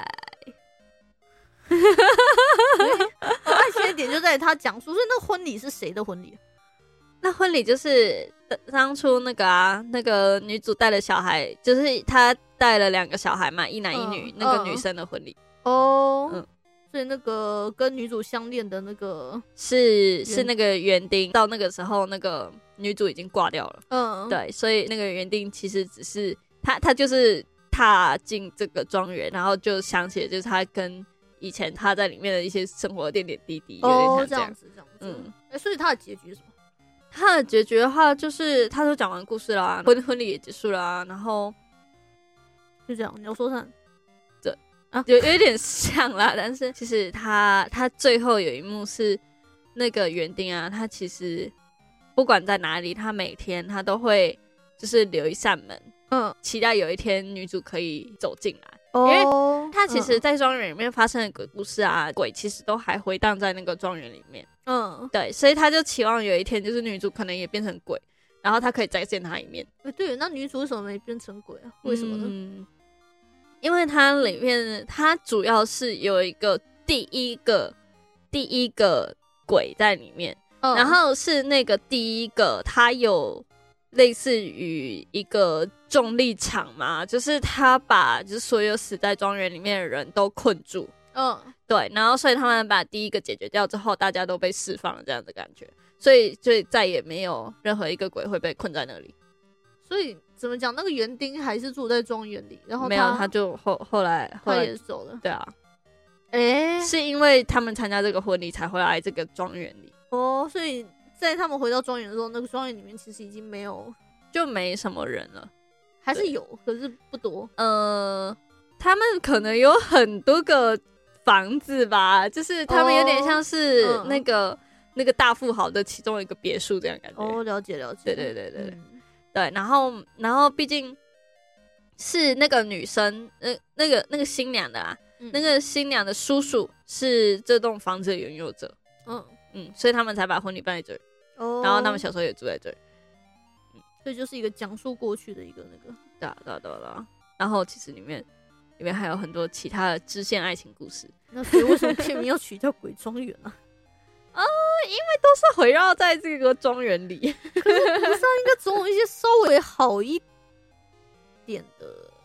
S1: 欸哦，爱情的点就在于他讲述，所以那个婚礼是谁的婚礼？
S2: 那婚礼就是当初那个啊，那个女主带的小孩，就是她带了两个小孩嘛，一男一女，嗯，那个女生的婚礼。哦，嗯，
S1: 所以那个跟女主相恋的那个
S2: 是是那个园丁，到那个时候那个女主已经挂掉了。嗯，对，所以那个园丁其实只是他，他就是踏进这个庄园，然后就想起了就是他跟以前他在里面的一些生活的点点滴滴，有点像这样。
S1: 哦，这样子，这样子。嗯，哎，欸，所以他的结局是什么？
S2: 他的结局的话，就是他都讲完故事啦，婚婚礼也结束啦，然后
S1: 就这样。你要说他
S2: 对啊，有有一点像啦，但是其实他他最后有一幕是那个园丁啊，他其实不管在哪里，他每天他都会就是留一扇门，嗯，期待有一天女主可以走进来。因为他其实在庄园里面发生的鬼故事啊，鬼其实都还回荡在那个庄园里面。嗯，对，所以他就期望有一天就是女主可能也变成鬼，然后他可以再见他一面。
S1: 欸，对，那女主为什么没变成鬼啊？为什么呢？
S2: 嗯，因为它里面它主要是有一个第一个第一个鬼在里面，嗯，然后是那个第一个他有类似于一个重力场嘛，就是他把就是所有死在庄园里面的人都困住，嗯，对，然后所以他们把第一个解决掉之后，大家都被释放了这样的感觉，所以所以再也没有任何一个鬼会被困在那里。
S1: 所以怎么讲，那个园丁还是住在庄园里，然后他
S2: 没有，他就后后来后来
S1: 他也走了。
S2: 对啊，
S1: 哎，欸，
S2: 是因为他们参加这个婚礼才回来这个庄园里。
S1: 哦，所以在他们回到庄园的时候，那个庄园里面其实已经没有，
S2: 就没什么人了。
S1: 还是有，可是不多。
S2: 呃，他们可能有很多个房子吧，就是他们有点像是那个、哦嗯、那个大富豪的其中一个别墅这样感觉。
S1: 哦，了解了解。
S2: 对对对对、嗯、对，然后然后毕竟是那个女生，呃，那个那个新娘的啊、嗯，那个新娘的叔叔是这栋房子的拥有者。嗯嗯，所以他们才把婚礼办在这儿。哦，然后他们小时候也住在这儿。
S1: 所以就是一个讲述过去的一个那个，
S2: 对啊对啊对啊，然后其实里面里面还有很多其他的支线爱情故事。
S1: 那所以为什么片名要取叫鬼庄园啊？
S2: 啊，因为都是围绕在这个庄园里。
S1: 可是不是应该总有一些稍微好一点的？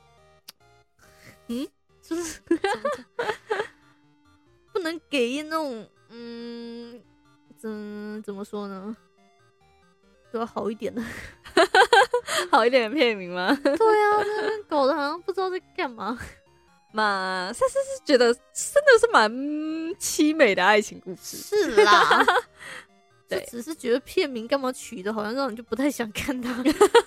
S1: 嗯，就是不能给那种嗯，怎怎么说呢？都要好一点的。
S2: 好一点的片名吗？
S1: 对啊，那边搞得好像不知道在干嘛
S2: 嘛。赛斯是觉得真的是蛮凄美的爱情故事。
S1: 是啦，就只是觉得片名干嘛取的，好像让人就不太想看它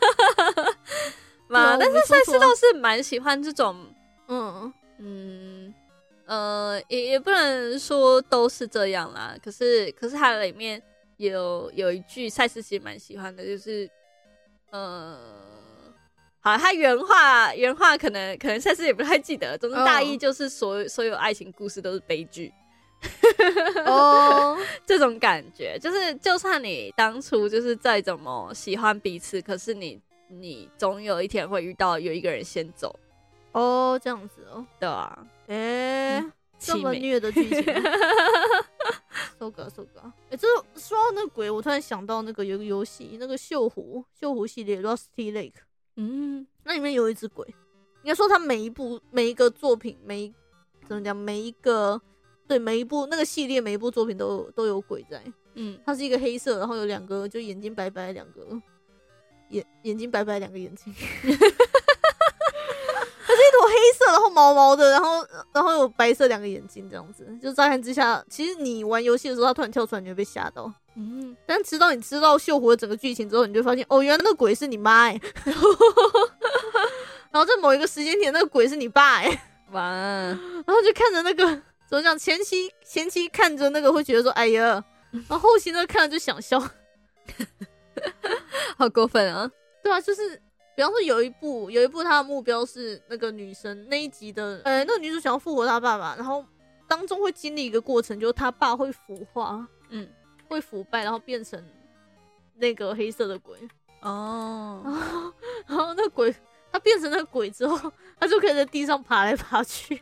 S2: 嘛。但是赛斯倒是蛮喜欢这种，嗯嗯呃，也也不能说都是这样啦。可是可是它里面有有一句赛斯其实蛮喜欢的，就是。呃，好，他原话原话可能可能赛斯也不太记得，总之大意就是所有、oh. 所有爱情故事都是悲剧。哦， oh. 这种感觉就是，就算你当初就是再怎么喜欢彼此，可是你你总有一天会遇到有一个人先走。
S1: 哦、oh, ，这样子哦，
S2: 对啊，
S1: 哎、欸嗯，这么虐的剧情。搜嘎搜嘎，哎，这说到那个鬼，我突然想到那个有一个游戏，那个锈湖锈湖系列 Rusty Lake， 嗯，那里面有一只鬼，应该说它每一部每一个作品，每一怎么讲，每一个对每一部那个系列每一部作品都有都有鬼在，嗯，它是一个黑色，然后有两个就眼睛白白两个眼眼睛白白两个眼睛。 毛毛的，然后然后有白色两个眼睛这样子，就乍看之下，其实你玩游戏的时候，它突然跳出来，你会被吓到。嗯，但直到你知道秀虎的整个剧情之后，你就发现哦，原来那个鬼是你妈哎、欸，然后在某一个时间点，那个鬼是你爸哎、欸，
S2: 哇！
S1: 然后就看着那个怎么讲，前期前期看着那个会觉得说哎呀，然后后期呢看着就想笑，
S2: 好过分啊！
S1: 对啊，就是比方说有一部有一部他的目标是那个女生那一集的，呃，那个女主想要复活她爸爸，然后当中会经历一个过程，就是她爸会腐化，嗯。会腐败，然后变成那个黑色的鬼哦，然后然后那鬼他变成那个鬼之后，他就可以在地上爬来爬去，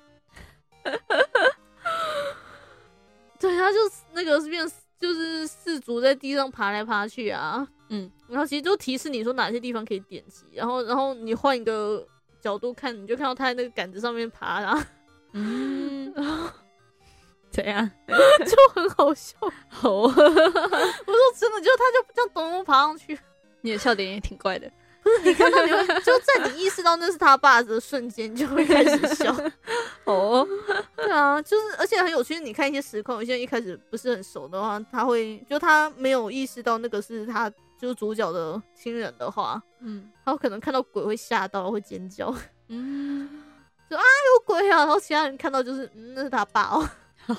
S1: 对，他就那个是变就是四足在地上爬来爬去啊，嗯，然后其实就提示你说哪些地方可以点击，然后然后你换一个角度看，你就看到他在那个杆子上面爬啊，嗯，然后。
S2: 怎样
S1: 就很好笑好我说真的就他就这样咚咚爬上去，
S2: 你的笑点也挺怪的，
S1: 不是你看到你会就在你意识到那是他爸的瞬间就会开始笑哦，对啊，就是而且很有趣，你看一些实况有些人一开始不是很熟的话，他会就他没有意识到那个是他就是主角的亲人的话，嗯，他可能看到鬼会吓到会尖叫，嗯，就啊有鬼啊，然后其他人看到就是嗯那是他爸哦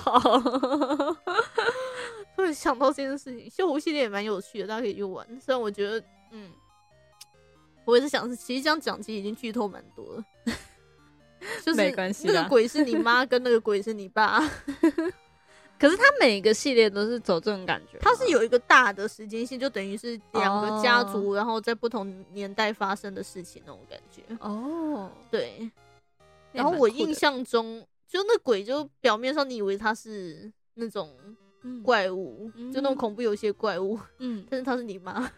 S1: 突然想到这件事情，秀湖系列也蛮有趣的，大家可以去玩。虽然我觉得，嗯，我也是想，其实这样讲，其实已经剧透蛮多了。就是
S2: 没关系，
S1: 那个鬼是你妈，跟那个鬼是你爸。
S2: 可是他每一个系列都是走这种感觉，
S1: 它是有一个大的时间线，就等于是两个家族，哦、然后在不同年代发生的事情那种感觉。哦，对。然后我印象中。就那鬼，就表面上你以为他是那种怪物，嗯、就那种恐怖游戏的怪物，嗯，但是他是你妈，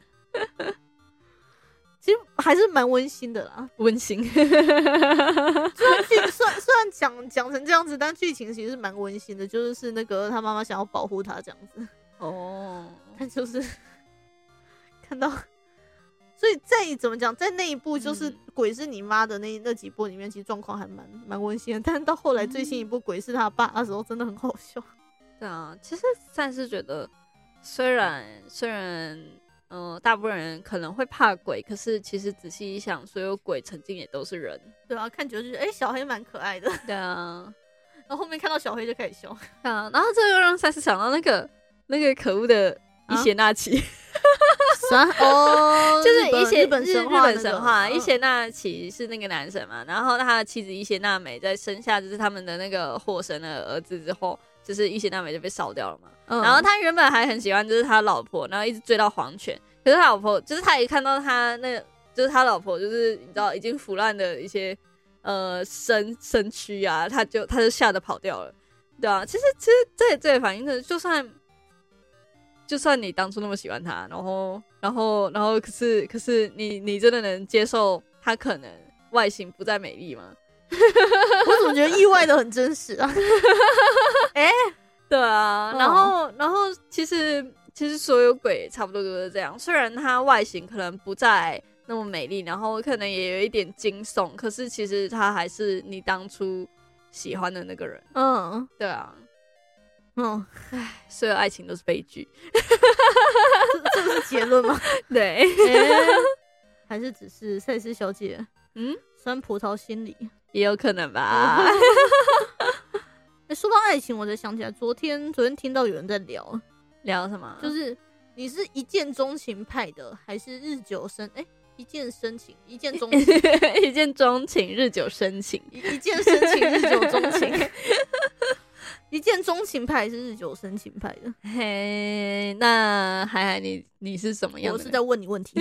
S1: 其实还是蛮温馨的啦，
S2: 温馨。
S1: 虽然剧虽然虽然讲讲成这样子，但剧情其实是蛮温馨的，就是是那个他妈妈想要保护他这样子。哦，但就是看到。所以在怎么讲，在那一部就是鬼是你妈的那那几部里面，其实状况还蛮蛮温馨的。但是到后来最新一部鬼是他爸的时候，真的很好笑。
S2: 对啊，其实算是觉得，虽然虽然呃，大部分人可能会怕鬼，可是其实仔细一想，所有鬼曾经也都是人。
S1: 对啊，看久了就觉得哎、欸，小黑蛮可爱的。
S2: 对啊，
S1: 然后后面看到小黑就开始笑。
S2: 啊，然后这又让赛斯想到那个那个可恶的伊邪那岐。
S1: 啊哦，
S2: 就是伊邪
S1: 日本神话、那個，
S2: 日本神话，伊邪那岐是那个男神嘛，然后他的妻子伊邪那美在生下就是他们的那个火神的儿子之后，就是伊邪那美就被烧掉了嘛。嗯、然后他原本还很喜欢就是他老婆，然后一直追到黄泉，可是他老婆就是他一看到他那个就是他老婆就是你知道已经腐烂的一些呃身身躯啊，他就他就吓得跑掉了，对啊，其实其实这也这也反映的，就算。就算你当初那么喜欢他，然后，然后，然后，可是，可是你，你真的能接受他可能外形不再美丽吗？
S1: 我怎么觉得意外的很真实啊？
S2: 哎、欸，对啊，然后，然后，其实，其实所有鬼差不多都是这样。虽然他外形可能不再那么美丽，然后可能也有一点惊悚，可是其实他还是你当初喜欢的那个人。嗯，对啊。嗯，唉，所有爱情都是悲剧，
S1: 这个是结论吗？
S2: 对、
S1: 欸，还是只是赛斯小姐嗯酸葡萄心理
S2: 也有可能吧。
S1: 欸、说到爱情，我才想起来，昨天昨天听到有人在聊
S2: 聊什么，
S1: 就是你是一见钟情派的，还是日久生哎、欸、一见深情，一见钟情，
S2: 一见钟情，日久生情，
S1: 一一见深情，日久钟情。一见钟情派还是日久生情派的？
S2: 嘿，那海海你你是什么样的？
S1: 我是在问你问题。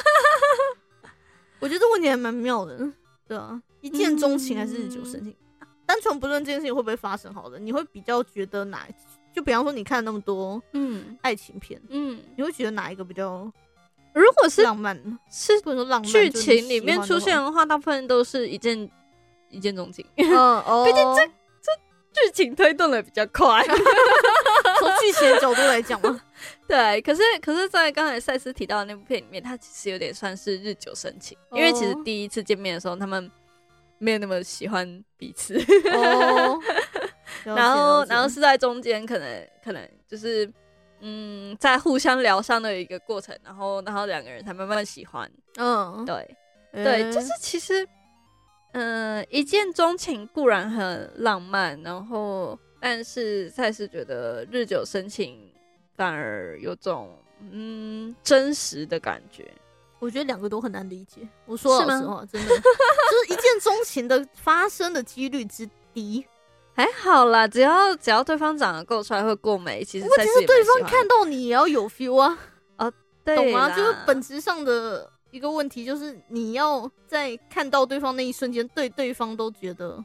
S1: 我觉得这问题还蛮妙的，对啊，一见钟情还是日久生情？嗯、单纯不论这件事情会不会发生，好的，你会比较觉得哪？就比方说你看那么多嗯爱情片，嗯，你会觉得哪一个比较？
S2: 如果是
S1: 浪漫，
S2: 是
S1: 不能说浪漫，
S2: 剧情里面出现的话，大部分都是一见一见钟情。
S1: 嗯哦，
S2: 毕竟这这剧情推动的比较快。
S1: 从剧情的角度来讲嘛，
S2: 对。可是可是，在刚才赛斯提到的那部片里面，它其实有点算是日久生情，哦、因为其实第一次见面的时候，他们没有那么喜欢彼此。哦，然后然后是在中间，可能可能就是嗯，在互相疗伤的一个过程，然后然后两个人才慢慢喜欢。嗯，对、欸、对，就是其实嗯、呃，一见钟情固然很浪漫，然后但是赛斯觉得日久生情反而有种嗯真实的感觉。
S1: 我觉得两个都很难理解，我说老实话，真的就是一见钟情的发生的几率之低。
S2: 还好啦，只要只要对方长得够帅或够美，其实
S1: 问题是对方看到你也要有 feel 啊。
S2: 哦，对，
S1: 懂吗？就是本质上的一个问题，就是你要在看到对方那一瞬间，对对方都觉得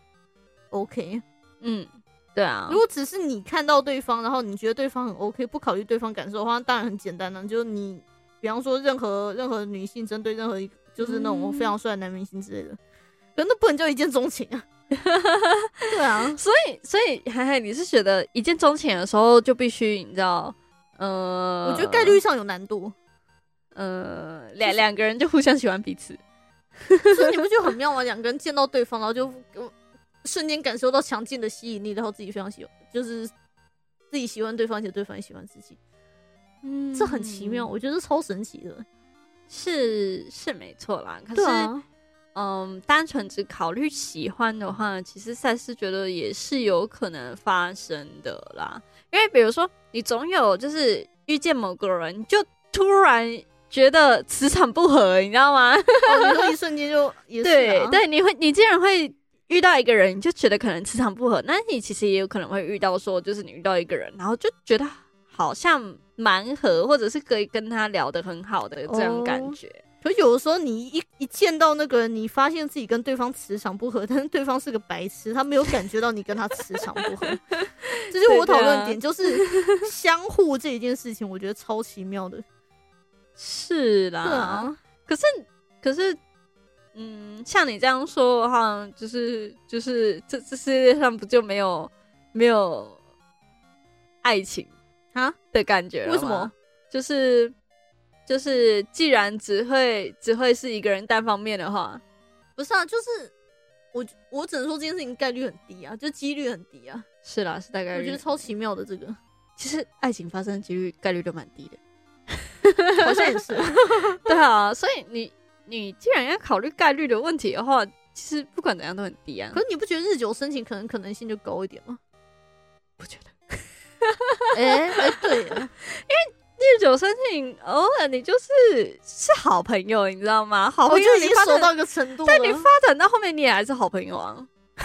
S1: OK。
S2: 嗯，对啊。
S1: 如果只是你看到对方，然后你觉得对方很 OK， 不考虑对方感受的话，当然很简单了、啊，就是你。比方说任何任何女性针对任何一个就是那种非常帅的男明星之类的，可是那不能叫一见钟情啊。对啊，
S2: 所以所以海海，你是觉得一见钟情的时候就必须你知道，呃，
S1: 我觉得概率上有难度。
S2: 呃，两两个人就互相喜欢彼此，
S1: 所以你不觉得很妙吗？两个人见到对方，然后就瞬间感受到强劲的吸引力，然后自己非常喜欢，就是自己喜欢对方，而且对方也喜欢自己。嗯，这很奇妙，我觉得超神奇的。
S2: 是是没错啦，可是、啊、嗯，单纯只考虑喜欢的话，其实赛斯觉得也是有可能发生的啦。因为比如说，你总有就是遇见某个人，你就突然觉得磁场不合，你知道吗？
S1: 哦，你说一瞬间就也是、啊、
S2: 对对，你会你竟然会遇到一个人，你就觉得可能磁场不合，那你其实也有可能会遇到说，就是你遇到一个人，然后就觉得好像蛮合，或者是可以跟他聊得很好的这种感觉。哦，
S1: 可有的时候你一一见到那个人，你发现自己跟对方磁场不合，但是对方是个白痴，他没有感觉到你跟他磁场不合。这就是我讨论点，就是相互这一件事情，我觉得超奇妙的。
S2: 是啦，对啊，可是可是，嗯，像你这样说的话，就是就是这这世界上不就没有没有爱情啊的感觉了吗？
S1: 为什么？
S2: 就是就是，既然只会只会是一个人单方面的话，
S1: 不是啊，就是我我只能说这件事情概率很低啊，就几率很低啊。
S2: 是啦，是大概率。
S1: 我觉得超奇妙的这个，
S2: 其实爱情发生的几率概率都蛮低的。
S1: 好像也是。
S2: 对啊，所以你你既然要考虑概率的问题的话，其实不管怎样都很低啊。
S1: 可是你不觉得日久生情可能可能性就高一点吗？
S2: 不觉得。
S1: 哎哎、欸欸，对，因
S2: 为日久生情，偶尔你就是是好朋友，你知道吗？好朋友
S1: 就已经熟到一个程度了，
S2: 但你发展到后面，你也还是好朋友啊。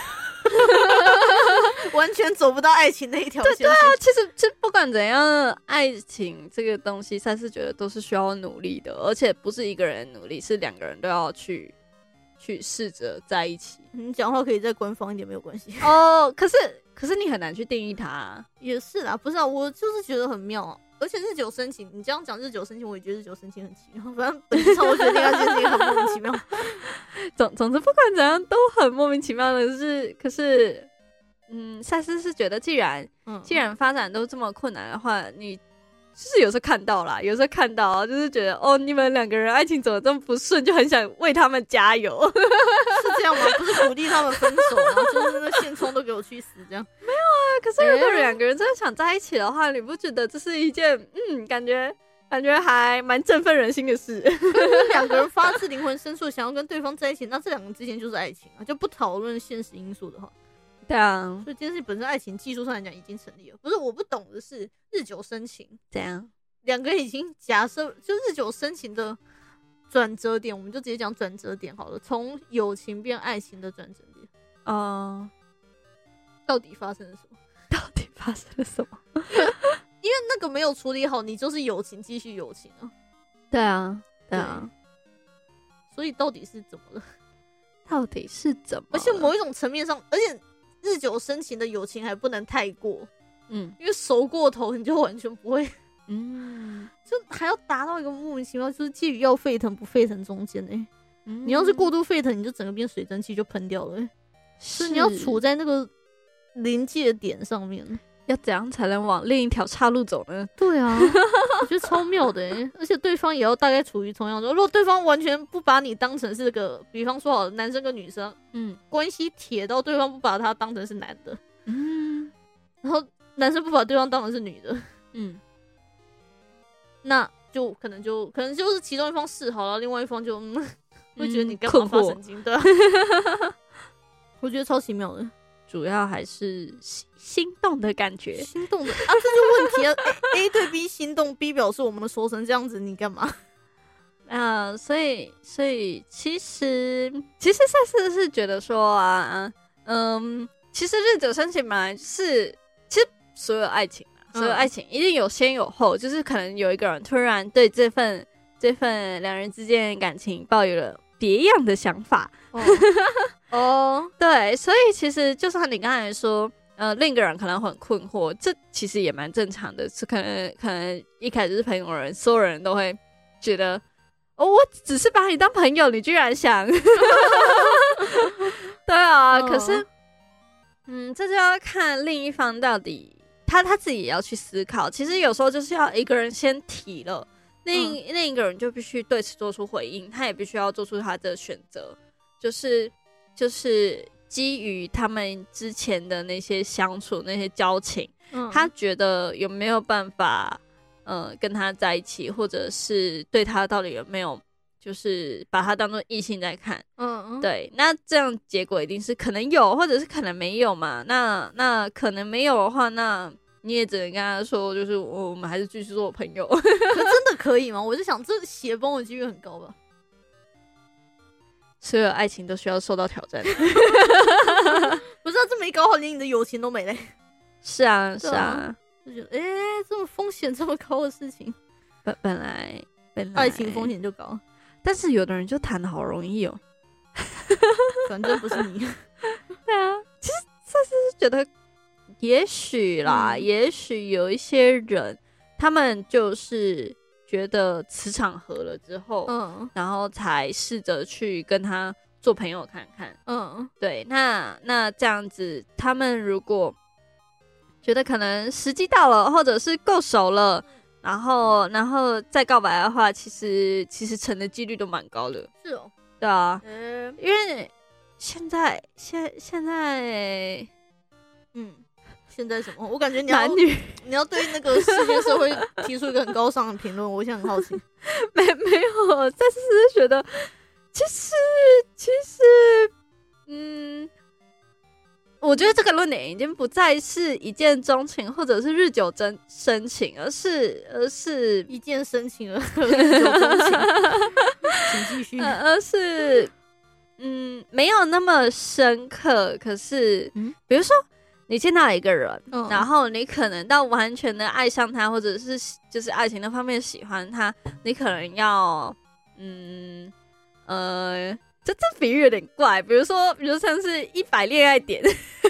S1: 完全走不到爱情那一条线。
S2: 对对啊，其实其实不管怎样，爱情这个东西，赛斯觉得都是需要努力的，而且不是一个人努力，是两个人都要去去试着在一起。
S1: 你讲话可以再官方一点，没有关系
S2: 哦。可是可是你很难去定义它啊。
S1: 也是啦，不是啊，我就是觉得很妙啊。而且日久生情，你这样讲日久生情，我也觉得日久生情很奇妙。反正本质上我觉得那件事情很莫名其妙。
S2: 总总之不管怎样都很莫名其妙的是，可是，嗯，赛斯是觉得既然、嗯、既然发展都这么困难的话，你就是有时候看到啦，有时候看到就是觉得哦，你们两个人爱情走得这么不顺，就很想为他们加油。
S1: 是这样吗？不是鼓励他们分手吗？就是那现充都给我去死这样。
S2: 没有啊，可是如果两个人真的想在一起的话，欸、你不觉得这是一件嗯，感觉感觉还蛮振奋人心的事？
S1: 两个人发自灵魂深处想要跟对方在一起，那这两个之间就是爱情啊，就不讨论现实因素的话。
S2: 对啊，
S1: 所以这件事本身爱情技术上来讲已经成立了。不是我不懂的是日久生情
S2: 怎样，
S1: 两个人已经假设就日久生情的转折点，我们就直接讲转折点好了，从友情变爱情的转折点。哦、呃，到底发生了什么？
S2: 到底发生了什么？
S1: 因为那个没有处理好，你就是友情继续友情啊。
S2: 对啊，对啊。
S1: 所以到底是怎么了？
S2: 到底是怎么了？
S1: 而且某一种层面上，而且日久生情的友情还不能太过，嗯，因为熟过头你就完全不会，嗯，就还要达到一个莫名其妙，就是介于要沸腾不沸腾中间呢、欸嗯。你要是过度沸腾，你就整个变水蒸气就喷掉了、欸，所以你要处在那个临界点上面。
S2: 要怎样才能往另一条岔路走呢？
S1: 对啊，我觉得超妙的耶，而且对方也要大概处于同样的。如果对方完全不把你当成是个，比方说好男生跟女生，嗯，关系铁到对方不把他当成是男的，嗯，然后男生不把对方当成是女的，嗯，那就可能就可能就是其中一方示好了，另外一方就嗯会觉得你干嘛发神经，对啊，我觉得超奇妙的。
S2: 主要还是心动的感觉，
S1: 心动的啊，这是问题啊。A, A 对 B 心动 ，B 表示我们说成这样子，你干嘛？
S2: 啊、呃，所以所以其实其实赛斯是觉得说啊，嗯，其实日久生情嘛，就是其实所有爱情啊，所有爱情一定有先有后，就是可能有一个人突然对这份这份两人之间的感情抱有了别样的想法。哦哦，对，所以其实就算你刚才说，呃，另一个人可能很困惑，这其实也蛮正常的。是可能可能一开始是朋友的人，所有人都会觉得，哦，我只是把你当朋友，你居然想，对啊。哦、可是，嗯，这就要看另一方到底他他自己也要去思考。其实有时候就是要一个人先提了，另、嗯、另一个人就必须对此做出回应，他也必须要做出他的选择，就是。就是基于他们之前的那些相处、那些交情，嗯、他觉得有没有办法，呃，跟他在一起，或者是对他到底有没有，就是把他当作异性在看，嗯嗯，对，那这样结果一定是可能有，或者是可能没有嘛。那那可能没有的话，那你也只能跟他说，就是我们还是继续做朋友。可
S1: 真的可以吗？我就想，这血崩的几率很高吧。
S2: 所有爱情都需要受到挑战。
S1: 不知道这没搞好，连你的友情都没嘞。
S2: 是啊，是啊，
S1: 就觉得哎、欸，这么风险这么高的事情，
S2: 本本来本来
S1: 爱情风险就高，
S2: 但是有的人就谈的好容易哦。
S1: 反正不是你。
S2: 对啊，其实这是觉得，也许啦，嗯、也许有一些人，他们就是。觉得磁场合了之后，嗯，然后才试着去跟他做朋友看看，嗯，对，那那这样子，他们如果觉得可能时机到了，或者是够熟了，然后然后再告白的话，其实其实成的几率都蛮高的。
S1: 是哦，
S2: 对啊，嗯、因为现在现现在，嗯。
S1: 现在什么？我感觉你要
S2: 男女，
S1: 你要对那个世界社会提出一个很高尚的评论，我现在很好奇。
S2: 没没有，但是只是觉得，其实其实，嗯，我觉得这个论点已经不再是一见钟情或者是日久生情，而是而是
S1: 一见生情而日久钟情。请继续。
S2: 呃、而是嗯，没有那么深刻。可是，嗯，比如说。你见到一个人，嗯、然后你可能到完全的爱上他，或者是就是爱情那方面喜欢他，你可能要，嗯，呃，这这比喻有点怪，比如说，比如像是一百恋爱点，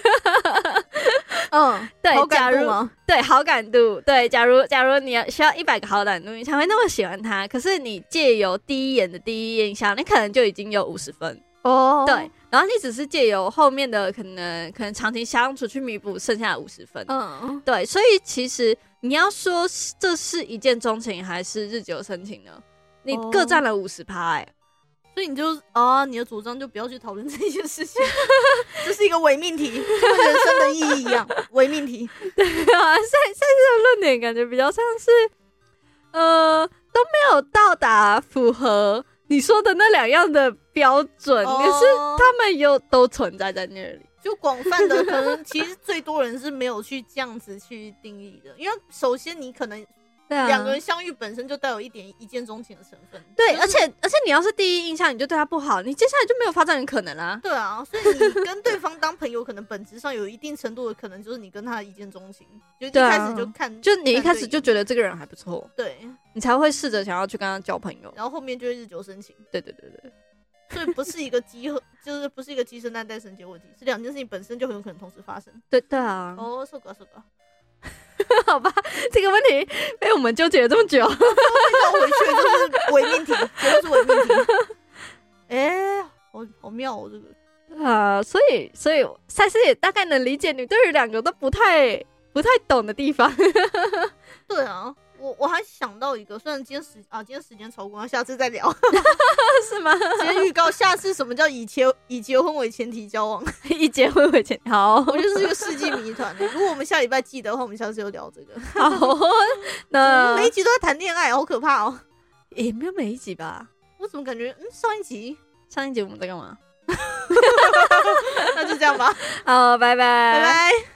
S1: 嗯，
S2: 对，
S1: 好感度吗？
S2: 对，好感度，对，假如假如你要需要一百个好感度，你才会那么喜欢他，可是你借由第一眼的第一印象，你可能就已经有五十分。哦，对，然后你只是借由后面的可能可能长期相处去弥补剩下的五十分，嗯，对，所以其实你要说这是一见钟情还是日久生情呢？你各占了五十趴，哎，
S1: 所以你就啊，你的主张就不要去讨论这件事情，这是一个伪命题，就跟人生的意义一样，伪命题。
S2: 对啊，现现在的论点感觉比较像是，呃，都没有到达符合。你说的那两样的标准，可、oh, 是他们又都存在在那里。
S1: 就广泛的，可能其实最多人是没有去这样子去定义的，因为首先你可能两个人相遇本身就带有一点一见钟情的成分。
S2: 对，
S1: 就是、
S2: 而且而且你要是第一印象你就对他不好，你接下来就没有发展的可能啦。
S1: 对啊，所以你跟对方当朋友，可能本质上有一定程度的可能就是你跟他一见钟情，就一开始就看，
S2: 啊、就你一开始就觉得这个人还不错，
S1: 对，
S2: 你才会试着想要去跟他交朋友，
S1: 然后后面就会日久生情。
S2: 对对对对。
S1: 所以不是一个鸡和，就是不是一个鸡生蛋蛋生结问题，是两件事情本身就很有可能同时发生。
S2: 对对啊。
S1: 哦，是个是个。
S2: 好吧，这个问题被我们纠结了这么久，要
S1: 回去就是伪命题，绝对是伪命题。哎、欸，好好妙哦，这个
S2: 啊，所以所以赛斯也大概能理解你对于两个都不太不太懂的地方。
S1: 对啊，我我还想到一个，虽然今天时啊今天时间超过，下次再聊。
S2: 是吗？
S1: 直接预告下次什么叫以结以结婚为前提交往？
S2: 以结婚为前提，好，
S1: 我觉得是一个世纪谜团。如果我们下礼拜记得的话，我们下次就聊这个。
S2: 好，那
S1: 每一集都在谈恋爱，好可怕哦。
S2: 也没有每一集吧？
S1: 我怎么感觉嗯上一集
S2: 上一集我们在干嘛？
S1: 那就这样吧。
S2: 好，拜拜，
S1: 拜拜。